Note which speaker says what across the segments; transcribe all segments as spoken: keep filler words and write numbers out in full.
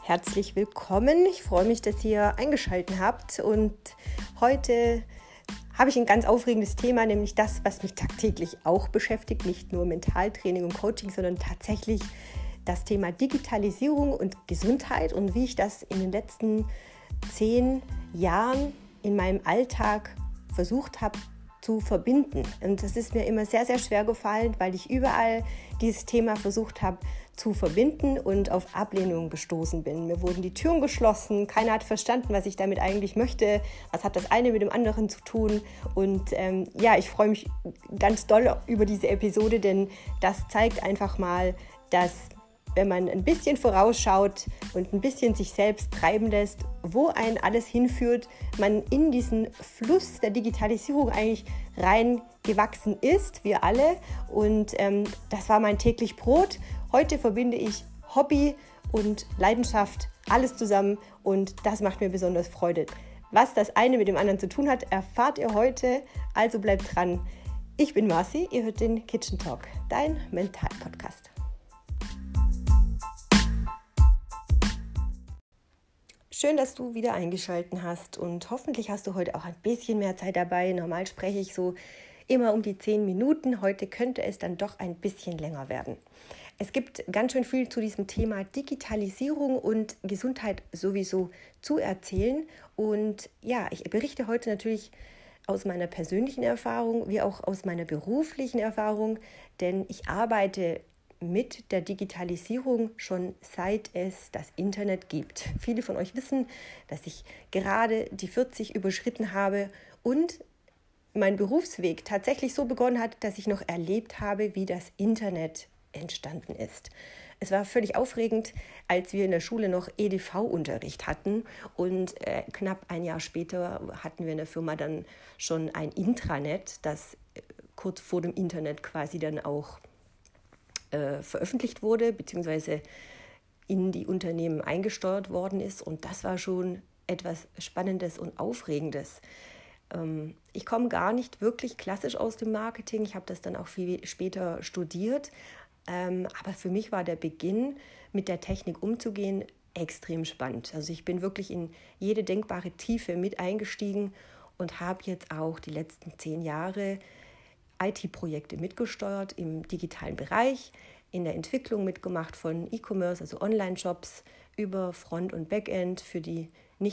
Speaker 1: herzlich willkommen. Ich freue mich, dass ihr eingeschaltet habt und heute habe ich ein ganz aufregendes Thema, nämlich das, was mich tagtäglich auch beschäftigt, nicht nur Mentaltraining und Coaching, sondern tatsächlich das Thema Digitalisierung und Gesundheit und wie ich das in den letzten zehn Jahren in meinem Alltag versucht habe zu verbinden. Und das ist mir immer sehr, sehr schwer gefallen, weil ich überall dieses Thema versucht habe zu verbinden und auf Ablehnung gestoßen bin. Mir wurden die Türen geschlossen, keiner hat verstanden, was ich damit eigentlich möchte, was hat das eine mit dem anderen zu tun. Und ähm, ja, ich freue mich ganz doll über diese Episode, denn das zeigt einfach mal, dass wenn man ein bisschen vorausschaut und ein bisschen sich selbst treiben lässt, wo einen alles hinführt, man in diesen Fluss der Digitalisierung eigentlich reingewachsen ist, wir alle. Und ähm, das war mein täglich Brot. Heute verbinde ich Hobby und Leidenschaft, alles zusammen und das macht mir besonders Freude. Was das eine mit dem anderen zu tun hat, erfahrt ihr heute, also bleibt dran. Ich bin Marci, ihr hört den Kitchen Talk, dein Mental-Podcast. Schön, dass du wieder eingeschaltet hast und hoffentlich hast du heute auch ein bisschen mehr Zeit dabei. Normal spreche ich so immer um die zehn Minuten. Heute könnte es dann doch ein bisschen länger werden. Es gibt ganz schön viel zu diesem Thema Digitalisierung und Gesundheit sowieso zu erzählen. Und ja, ich berichte heute natürlich aus meiner persönlichen Erfahrung wie auch aus meiner beruflichen Erfahrung, denn ich arbeite mit der Digitalisierung schon seit es das Internet gibt. Viele von euch wissen, dass ich gerade die vierzig überschritten habe und mein Berufsweg tatsächlich so begonnen hat, dass ich noch erlebt habe, wie das Internet entstanden ist. Es war völlig aufregend, als wir in der Schule noch E D V-Unterricht hatten und äh, knapp ein Jahr später hatten wir in der Firma dann schon ein Intranet, das äh, kurz vor dem Internet quasi dann auch Äh, veröffentlicht wurde, beziehungsweise in die Unternehmen eingesteuert worden ist. Und das war schon etwas Spannendes und Aufregendes. Ähm, ich komme gar nicht wirklich klassisch aus dem Marketing. Ich habe das dann auch viel später studiert. Ähm, aber für mich war der Beginn, mit der Technik umzugehen, extrem spannend. Also ich bin wirklich in jede denkbare Tiefe mit eingestiegen und habe jetzt auch die letzten zehn Jahre I T-Projekte mitgesteuert im digitalen Bereich, in der Entwicklung mitgemacht von E-Commerce, also Online-Shops, über Front- und Backend für die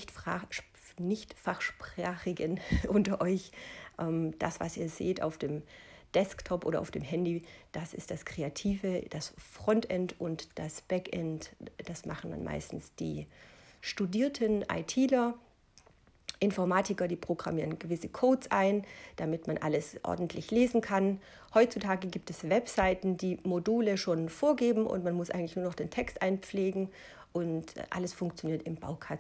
Speaker 1: Nicht-Fachsprachigen unter euch. Das, was ihr seht auf dem Desktop oder auf dem Handy, das ist das Kreative, das Frontend und das Backend. Das machen dann meistens die studierten ITler. Informatiker, die programmieren gewisse Codes ein, damit man alles ordentlich lesen kann. Heutzutage gibt es Webseiten, die Module schon vorgeben und man muss eigentlich nur noch den Text einpflegen und alles funktioniert im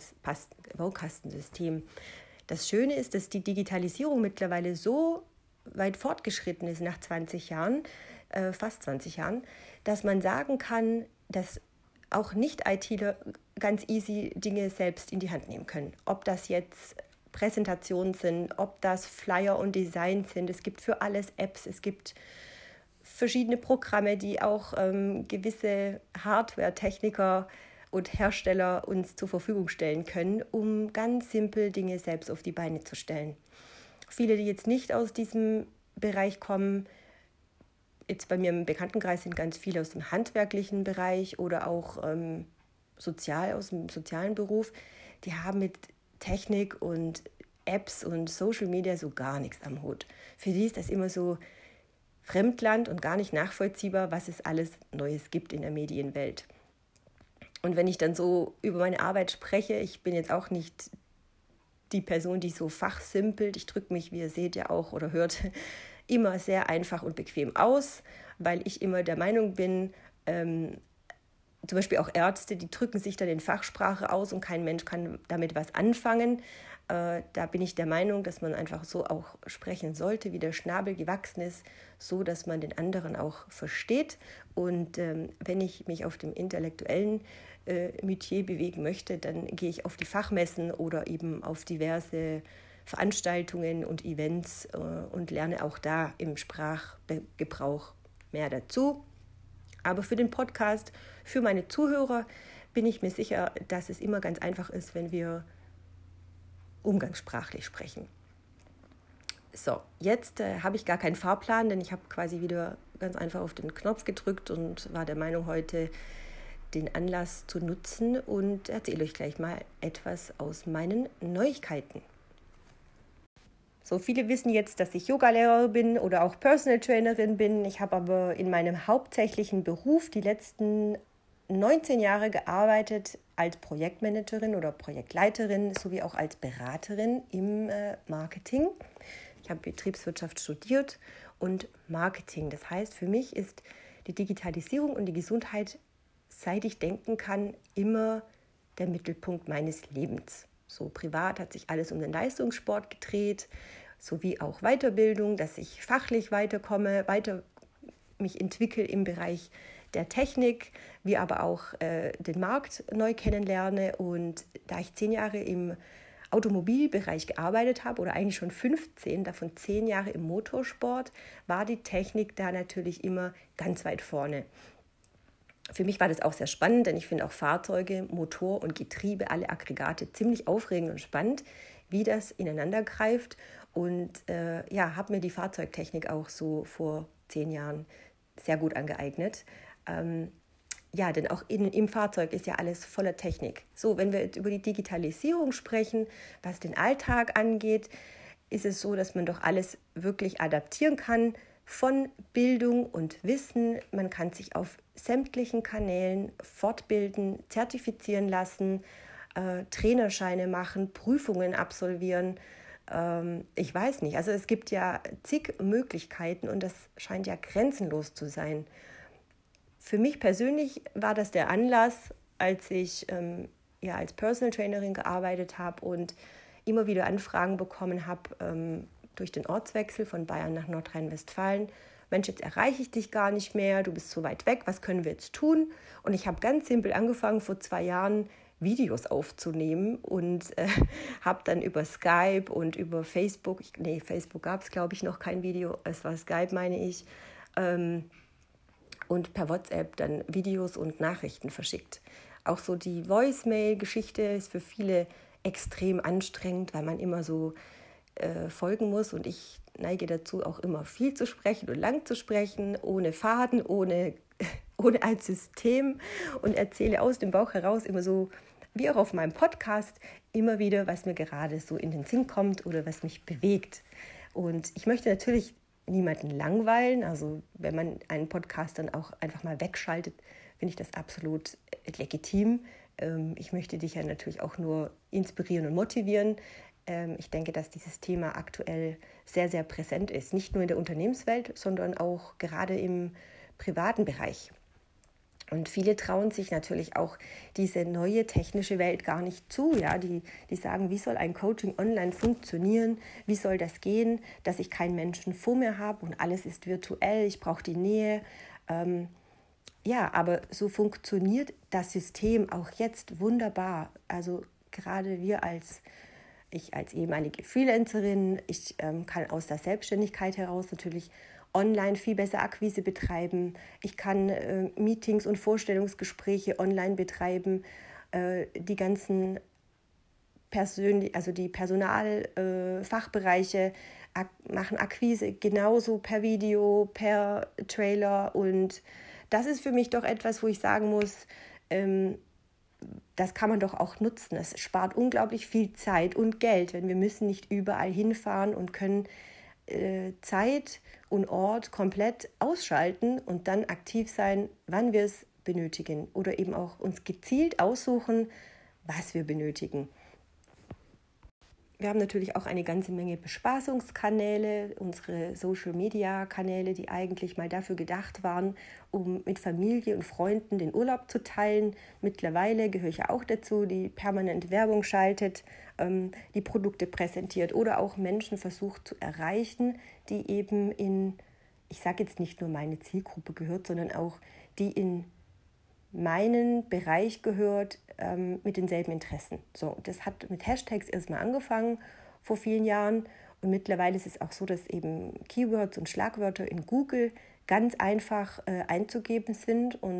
Speaker 1: Baukastensystem. Das Schöne ist, dass die Digitalisierung mittlerweile so weit fortgeschritten ist nach zwanzig Jahren, äh, fast zwanzig Jahren, dass man sagen kann, dass auch Nicht-ITler ganz easy Dinge selbst in die Hand nehmen können. Ob das jetzt Präsentationen sind, ob das Flyer und Design sind. Es gibt für alles Apps, es gibt verschiedene Programme, die auch ähm, gewisse Hardware-Techniker und Hersteller uns zur Verfügung stellen können, um ganz simpel Dinge selbst auf die Beine zu stellen. Viele, die jetzt nicht aus diesem Bereich kommen, jetzt bei mir im Bekanntenkreis sind ganz viele aus dem handwerklichen Bereich oder auch ähm, sozial, aus dem sozialen Beruf, die haben mit Technik und Apps und Social Media so gar nichts am Hut. Für die ist das immer so Fremdland und gar nicht nachvollziehbar, was es alles Neues gibt in der Medienwelt. Und wenn ich dann so über meine Arbeit spreche, ich bin jetzt auch nicht die Person, die so fachsimpelt, ich drücke mich, wie ihr seht ja auch oder hört, immer sehr einfach und bequem aus, weil ich immer der Meinung bin, ähm, zum Beispiel auch Ärzte, die drücken sich dann in Fachsprache aus und kein Mensch kann damit was anfangen. Äh, da bin ich der Meinung, dass man einfach so auch sprechen sollte, wie der Schnabel gewachsen ist, so dass man den anderen auch versteht. Und ähm, wenn ich mich auf dem intellektuellen äh, Metier bewegen möchte, dann gehe ich auf die Fachmessen oder eben auf diverse Veranstaltungen und Events äh, und lerne auch da im Sprachgebrauch mehr dazu. Aber für den Podcast, für meine Zuhörer, bin ich mir sicher, dass es immer ganz einfach ist, wenn wir umgangssprachlich sprechen. So, jetzt äh, habe ich gar keinen Fahrplan, denn ich habe quasi wieder ganz einfach auf den Knopf gedrückt und war der Meinung, heute den Anlass zu nutzen und erzähle euch gleich mal etwas aus meinen Neuigkeiten. So, viele wissen jetzt, dass ich Yogalehrerin bin oder auch Personal Trainerin bin. Ich habe aber in meinem hauptsächlichen Beruf die letzten neunzehn Jahre gearbeitet als Projektmanagerin oder Projektleiterin sowie auch als Beraterin im äh, Marketing. Ich habe Betriebswirtschaft studiert und Marketing. Das heißt, für mich ist die Digitalisierung und die Gesundheit, seit ich denken kann, immer der Mittelpunkt meines Lebens. So privat hat sich alles um den Leistungssport gedreht, sowie auch Weiterbildung, dass ich fachlich weiterkomme, weiter mich entwickle im Bereich der Technik, wie aber auch äh, den Markt neu kennenlerne. Und da ich zehn Jahre im Automobilbereich gearbeitet habe oder eigentlich schon fünfzehn, davon zehn Jahre im Motorsport, war die Technik da natürlich immer ganz weit vorne. Für mich war das auch sehr spannend, denn ich finde auch Fahrzeuge, Motor und Getriebe, alle Aggregate ziemlich aufregend und spannend, wie das ineinander greift. Und äh, ja, habe mir die Fahrzeugtechnik auch so vor zehn Jahren sehr gut angeeignet. Ähm, ja, denn auch in, im Fahrzeug ist ja alles voller Technik. So, wenn wir jetzt über die Digitalisierung sprechen, was den Alltag angeht, ist es so, dass man doch alles wirklich adaptieren kann, von Bildung und Wissen. Man kann sich auf sämtlichen Kanälen fortbilden, zertifizieren lassen, äh, Trainerscheine machen, Prüfungen absolvieren. Ähm, ich weiß nicht, also es gibt ja zig Möglichkeiten und das scheint ja grenzenlos zu sein. Für mich persönlich war das der Anlass, als ich ähm, ja, als Personal Trainerin gearbeitet habe und immer wieder Anfragen bekommen habe, ähm, durch den Ortswechsel von Bayern nach Nordrhein-Westfalen. Mensch, jetzt erreiche ich dich gar nicht mehr, du bist so weit weg, was können wir jetzt tun? Und ich habe ganz simpel angefangen, vor zwei Jahren Videos aufzunehmen und äh, habe dann über Skype und über Facebook, ich, nee, Facebook gab es, glaube ich, noch kein Video, es war Skype, meine ich, ähm, und per WhatsApp dann Videos und Nachrichten verschickt. Auch so die Voicemail-Geschichte ist für viele extrem anstrengend, weil man immer so äh, folgen muss und ich neige dazu, auch immer viel zu sprechen und lang zu sprechen, ohne Faden, ohne, ohne ein System und erzähle aus dem Bauch heraus immer so, wie auch auf meinem Podcast, immer wieder, was mir gerade so in den Sinn kommt oder was mich bewegt. Und ich möchte natürlich niemanden langweilen, also wenn man einen Podcast dann auch einfach mal wegschaltet, finde ich das absolut legitim. Ähm, ich möchte dich ja natürlich auch nur inspirieren und motivieren. Ich denke, dass dieses Thema aktuell sehr, sehr präsent ist. Nicht nur in der Unternehmenswelt, sondern auch gerade im privaten Bereich. Und viele trauen sich natürlich auch diese neue technische Welt gar nicht zu. Ja? Die, die sagen, wie soll ein Coaching online funktionieren? Wie soll das gehen, dass ich keinen Menschen vor mir habe und alles ist virtuell, ich brauche die Nähe. Ähm, ja, aber so funktioniert das System auch jetzt wunderbar. Also gerade wir als Ich als ehemalige Freelancerin, ich ähm, kann aus der Selbstständigkeit heraus natürlich online viel besser Akquise betreiben. Ich kann äh, Meetings und Vorstellungsgespräche online betreiben. Äh, die ganzen Persön- also die Personalfachbereiche äh, ak- machen Akquise genauso per Video, per Trailer. Und das ist für mich doch etwas, wo ich sagen muss, ähm, das kann man doch auch nutzen. Es spart unglaublich viel Zeit und Geld, wenn wir müssen nicht überall hinfahren und können äh, Zeit und Ort komplett ausschalten und dann aktiv sein, wann wir es benötigen oder eben auch uns gezielt aussuchen, was wir benötigen. Wir haben natürlich auch eine ganze Menge Bespaßungskanäle, unsere Social-Media-Kanäle, die eigentlich mal dafür gedacht waren, um mit Familie und Freunden den Urlaub zu teilen. Mittlerweile gehöre ich ja auch dazu, die permanent Werbung schaltet, ähm, die Produkte präsentiert oder auch Menschen versucht zu erreichen, die eben in, ich sage jetzt nicht nur meine Zielgruppe gehört, sondern auch die in meinen Bereich gehört, ähm, mit denselben Interessen. So, das hat mit Hashtags erstmal angefangen vor vielen Jahren und mittlerweile ist es auch so, dass eben Keywords und Schlagwörter in Google ganz einfach äh, einzugeben sind und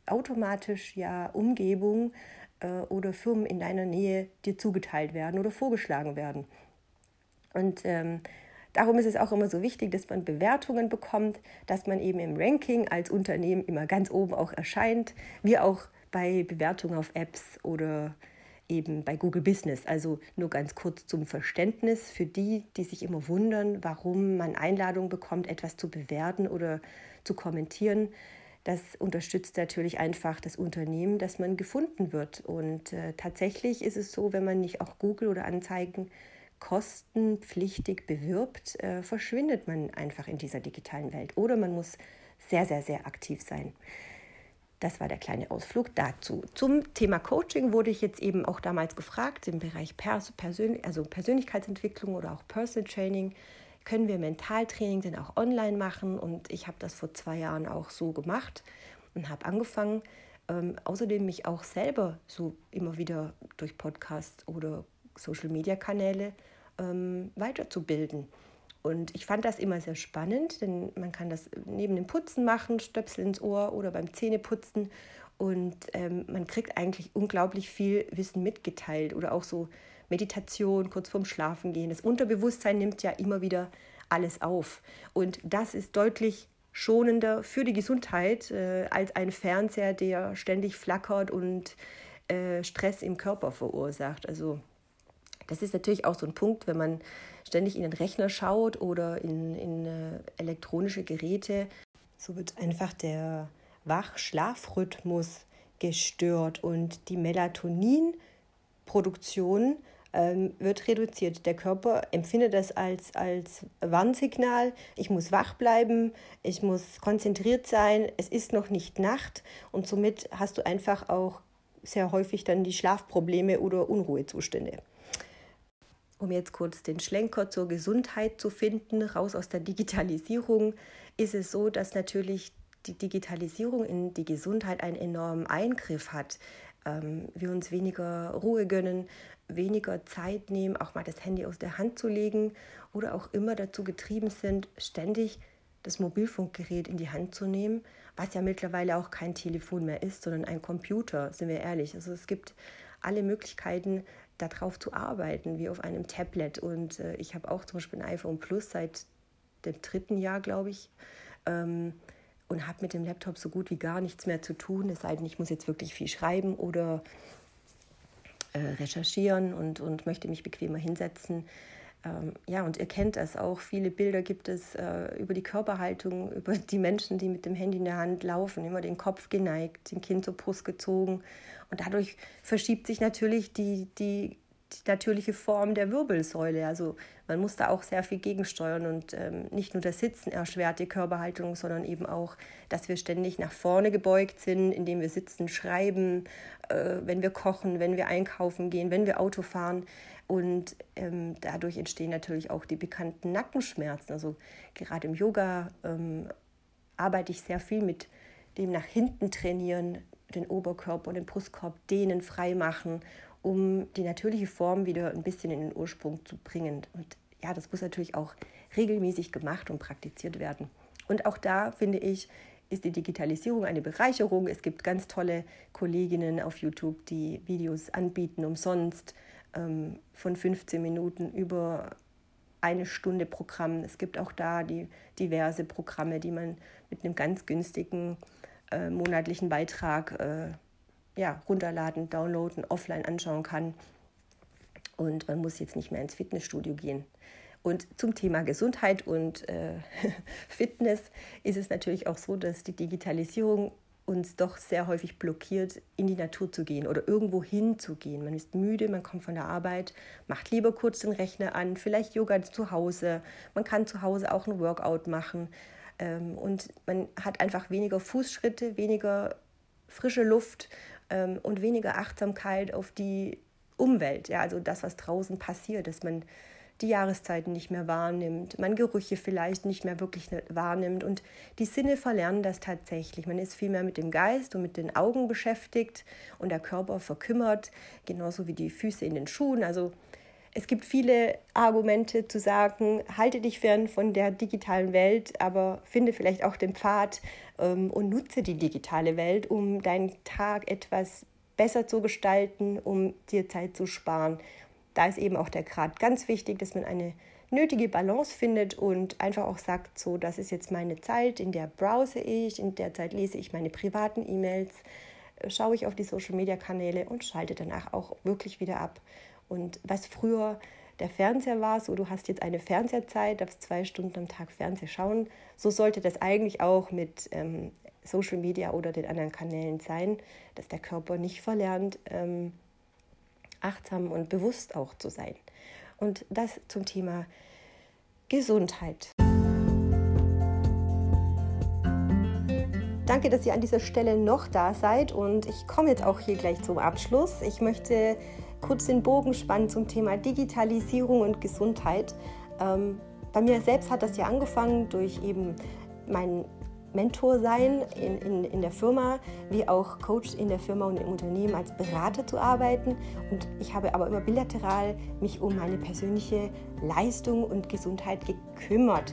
Speaker 1: automatisch ja Umgebung äh, oder Firmen in deiner Nähe dir zugeteilt werden oder vorgeschlagen werden. Und ähm, darum ist es auch immer so wichtig, dass man Bewertungen bekommt, dass man eben im Ranking als Unternehmen immer ganz oben auch erscheint, wie auch bei Bewertungen auf Apps oder eben bei Google Business. Also nur ganz kurz zum Verständnis für die, die sich immer wundern, warum man Einladungen bekommt, etwas zu bewerten oder zu kommentieren. Das unterstützt natürlich einfach das Unternehmen, dass man gefunden wird. Und äh, tatsächlich ist es so, wenn man nicht auch Google oder Anzeigen kostenpflichtig bewirbt, äh, verschwindet man einfach in dieser digitalen Welt. Oder man muss sehr, sehr, sehr aktiv sein. Das war der kleine Ausflug dazu. Zum Thema Coaching wurde ich jetzt eben auch damals gefragt, im Bereich Pers- Persön- also Persönlichkeitsentwicklung oder auch Personal Training. Können wir Mentaltraining denn auch online machen? Und ich habe das vor zwei Jahren auch so gemacht und habe angefangen, ähm, außerdem mich auch selber so immer wieder durch Podcasts oder Social-Media-Kanäle ähm, weiterzubilden. Und ich fand das immer sehr spannend, denn man kann das neben dem Putzen machen, Stöpsel ins Ohr oder beim Zähneputzen. Und ähm, man kriegt eigentlich unglaublich viel Wissen mitgeteilt oder auch so Meditation kurz vorm Schlafengehen. Das Unterbewusstsein nimmt ja immer wieder alles auf. Und das ist deutlich schonender für die Gesundheit äh, als ein Fernseher, der ständig flackert und äh, Stress im Körper verursacht. Also das ist natürlich auch so ein Punkt, wenn man ständig in den Rechner schaut oder in, in äh, elektronische Geräte. So wird einfach der Wach-Schlafrhythmus gestört und die Melatoninproduktion ähm, wird reduziert. Der Körper empfindet das als, als Warnsignal. Ich muss wach bleiben, ich muss konzentriert sein, es ist noch nicht Nacht und somit hast du einfach auch sehr häufig dann die Schlafprobleme oder Unruhezustände. Um jetzt kurz den Schlenker zur Gesundheit zu finden, raus aus der Digitalisierung, ist es so, dass natürlich die Digitalisierung in die Gesundheit einen enormen Eingriff hat. Ähm, wir uns weniger Ruhe gönnen, weniger Zeit nehmen, auch mal das Handy aus der Hand zu legen oder auch immer dazu getrieben sind, ständig das Mobilfunkgerät in die Hand zu nehmen, was ja mittlerweile auch kein Telefon mehr ist, sondern ein Computer, sind wir ehrlich. Also es gibt alle Möglichkeiten, darauf zu arbeiten, wie auf einem Tablet. Und äh, ich habe auch zum Beispiel ein iPhone Plus seit dem dritten Jahr, glaube ich, ähm, und habe mit dem Laptop so gut wie gar nichts mehr zu tun, es sei denn, ich muss jetzt wirklich viel schreiben oder äh, recherchieren und, und möchte mich bequemer hinsetzen. Ähm, ja, und ihr kennt das auch, viele Bilder gibt es äh, über die Körperhaltung, über die Menschen, die mit dem Handy in der Hand laufen, immer den Kopf geneigt, den Kinn zur Brust gezogen. Und dadurch verschiebt sich natürlich die, die, die natürliche Form der Wirbelsäule. Also man muss da auch sehr viel gegensteuern und ähm, nicht nur das Sitzen erschwert die Körperhaltung, sondern eben auch, dass wir ständig nach vorne gebeugt sind, indem wir sitzen, schreiben, äh, wenn wir kochen, wenn wir einkaufen gehen, wenn wir Auto fahren. Und ähm, dadurch entstehen natürlich auch die bekannten Nackenschmerzen. Also gerade im Yoga ähm, arbeite ich sehr viel mit dem nach hinten trainieren, den Oberkörper und den Brustkorb dehnen, frei machen, um die natürliche Form wieder ein bisschen in den Ursprung zu bringen. Und ja, das muss natürlich auch regelmäßig gemacht und praktiziert werden. Und auch da, finde ich, ist die Digitalisierung eine Bereicherung. Es gibt ganz tolle Kolleginnen auf YouTube, die Videos anbieten, umsonst, ähm, von fünfzehn Minuten über eine Stunde Programm. Es gibt auch da die diverse Programme, die man mit einem ganz günstigen äh, monatlichen Beitrag äh, ja, runterladen, downloaden, offline anschauen kann. Und man muss jetzt nicht mehr ins Fitnessstudio gehen. Und zum Thema Gesundheit und äh, Fitness ist es natürlich auch so, dass die Digitalisierung uns doch sehr häufig blockiert, in die Natur zu gehen oder irgendwo hinzugehen. Man ist müde, man kommt von der Arbeit, macht lieber kurz den Rechner an, vielleicht Yoga zu Hause. Man kann zu Hause auch ein Workout machen. Ähm, und man hat einfach weniger Fußschritte, weniger frische Luft ähm, und weniger Achtsamkeit auf die Umwelt. Ja, also das, was draußen passiert, dass man die Jahreszeiten nicht mehr wahrnimmt, man Gerüche vielleicht nicht mehr wirklich wahrnimmt und die Sinne verlernen das tatsächlich. Man ist viel mehr mit dem Geist und mit den Augen beschäftigt und der Körper verkümmert, genauso wie die Füße in den Schuhen. Also es gibt viele Argumente zu sagen, halte dich fern von der digitalen Welt, aber finde vielleicht auch den Pfad ähm, und nutze die digitale Welt, um deinen Tag etwas besser zu gestalten, um dir Zeit zu sparen. Da ist eben auch der Grad ganz wichtig, dass man eine nötige Balance findet und einfach auch sagt, so, das ist jetzt meine Zeit, in der browse ich, in der Zeit lese ich meine privaten E-Mails, schaue ich auf die Social-Media-Kanäle und schalte danach auch wirklich wieder ab. Und was früher der Fernseher war, so du hast jetzt eine Fernsehzeit, darfst zwei Stunden am Tag Fernseher schauen, so sollte das eigentlich auch mit ähm, Social Media oder den anderen Kanälen sein, dass der Körper nicht verlernt, ähm, achtsam und bewusst auch zu sein. Und das zum Thema Gesundheit. Danke, dass ihr an dieser Stelle noch da seid und ich komme jetzt auch hier gleich zum Abschluss. Ich möchte kurz den Bogen spannen zum Thema Digitalisierung und Gesundheit. Ähm, bei mir selbst hat das ja angefangen durch eben mein Mentor sein in, in, in der Firma, wie auch Coach in der Firma und im Unternehmen als Berater zu arbeiten. Und ich habe aber immer bilateral mich um meine persönliche Leistung und Gesundheit gekümmert.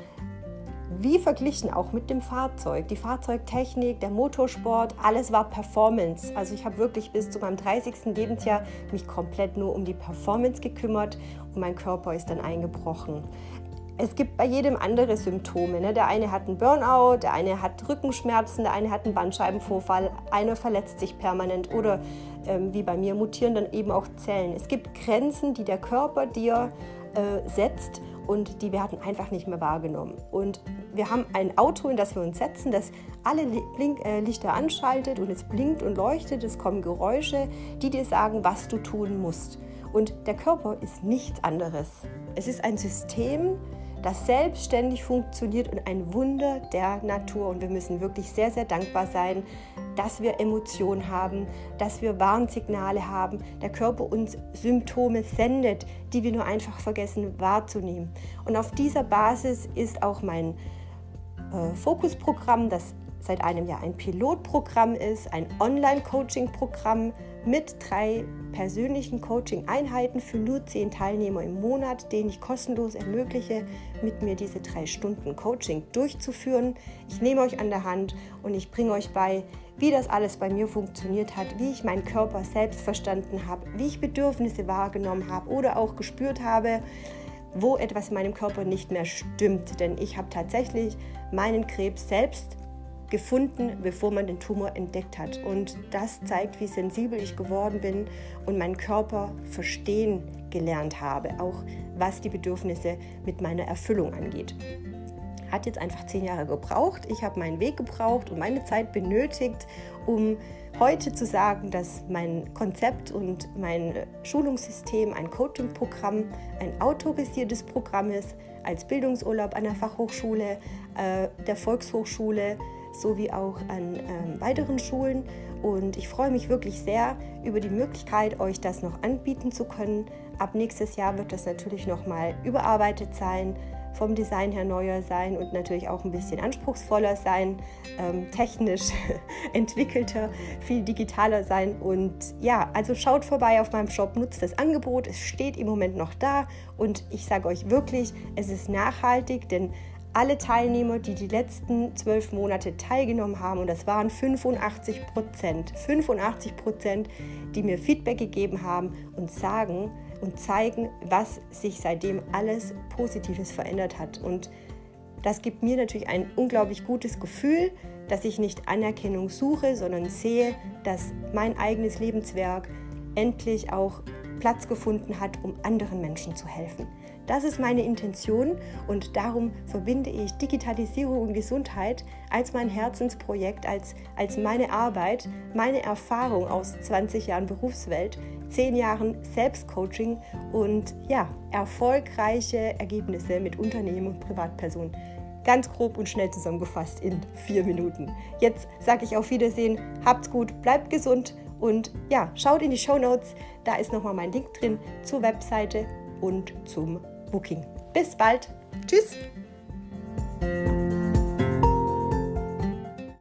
Speaker 1: Wie verglichen auch mit dem Fahrzeug. Die Fahrzeugtechnik, der Motorsport, alles war Performance. Also ich habe wirklich bis zu meinem dreißigsten Lebensjahr mich komplett nur um die Performance gekümmert und mein Körper ist dann eingebrochen. Es gibt bei jedem andere Symptome. Ne? Der eine hat einen Burnout, der eine hat Rückenschmerzen, der eine hat einen Bandscheibenvorfall, einer verletzt sich permanent oder ähm, wie bei mir mutieren dann eben auch Zellen. Es gibt Grenzen, die der Körper dir äh, setzt und die werden einfach nicht mehr wahrgenommen. Und wir haben ein Auto, in das wir uns setzen, das alle Blink, äh, Lichter anschaltet und es blinkt und leuchtet, es kommen Geräusche, die dir sagen, was du tun musst. Und der Körper ist nichts anderes. Es ist ein System, das selbstständig funktioniert und ein Wunder der Natur. Und wir müssen wirklich sehr, sehr dankbar sein, dass wir Emotionen haben, dass wir Warnsignale haben, der Körper uns Symptome sendet, die wir nur einfach vergessen wahrzunehmen. Und auf dieser Basis ist auch mein äh, Fokusprogramm, das seit einem Jahr ein Pilotprogramm ist, ein Online-Coaching-Programm mit drei persönlichen Coaching-Einheiten für nur zehn Teilnehmer im Monat, denen ich kostenlos ermögliche, mit mir diese drei Stunden Coaching durchzuführen. Ich nehme euch an der Hand und ich bringe euch bei, wie das alles bei mir funktioniert hat, wie ich meinen Körper selbst verstanden habe, wie ich Bedürfnisse wahrgenommen habe oder auch gespürt habe, wo etwas in meinem Körper nicht mehr stimmt. Denn ich habe tatsächlich meinen Krebs selbst gefunden, bevor man den Tumor entdeckt hat. Und das zeigt, wie sensibel ich geworden bin und meinen Körper verstehen gelernt habe, auch was die Bedürfnisse mit meiner Erfüllung angeht. Hat jetzt einfach zehn Jahre gebraucht. Ich habe meinen Weg gebraucht und meine Zeit benötigt, um heute zu sagen, dass mein Konzept und mein Schulungssystem ein Coaching-Programm, ein autorisiertes Programm ist, als Bildungsurlaub an der Fachhochschule, äh, der Volkshochschule, sowie auch an ähm, weiteren Schulen. Und ich freue mich wirklich sehr über die Möglichkeit, euch das noch anbieten zu können. Ab nächstes Jahr wird das natürlich nochmal überarbeitet sein, vom Design her neuer sein und natürlich auch ein bisschen anspruchsvoller sein, ähm, technisch entwickelter, viel digitaler sein. Und ja, also schaut vorbei auf meinem Shop, nutzt das Angebot, es steht im Moment noch da und ich sage euch wirklich, es ist nachhaltig, denn alle Teilnehmer, die die letzten zwölf Monate teilgenommen haben, und das waren fünfundachtzig Prozent, fünfundachtzig Prozent, die mir Feedback gegeben haben und sagen und zeigen, was sich seitdem alles Positives verändert hat. Und das gibt mir natürlich ein unglaublich gutes Gefühl, dass ich nicht Anerkennung suche, sondern sehe, dass mein eigenes Lebenswerk endlich auch Platz gefunden hat, um anderen Menschen zu helfen. Das ist meine Intention und darum verbinde ich Digitalisierung und Gesundheit als mein Herzensprojekt, als, als meine Arbeit, meine Erfahrung aus zwanzig Jahren Berufswelt, zehn Jahren Selbstcoaching und ja, erfolgreiche Ergebnisse mit Unternehmen und Privatpersonen. Ganz grob und schnell zusammengefasst in vier Minuten. Jetzt sage ich auf Wiedersehen, habt's gut, bleibt gesund und ja, schaut in die Shownotes, da ist nochmal mein Link drin zur Webseite und zum Booking. Bis bald. Tschüss.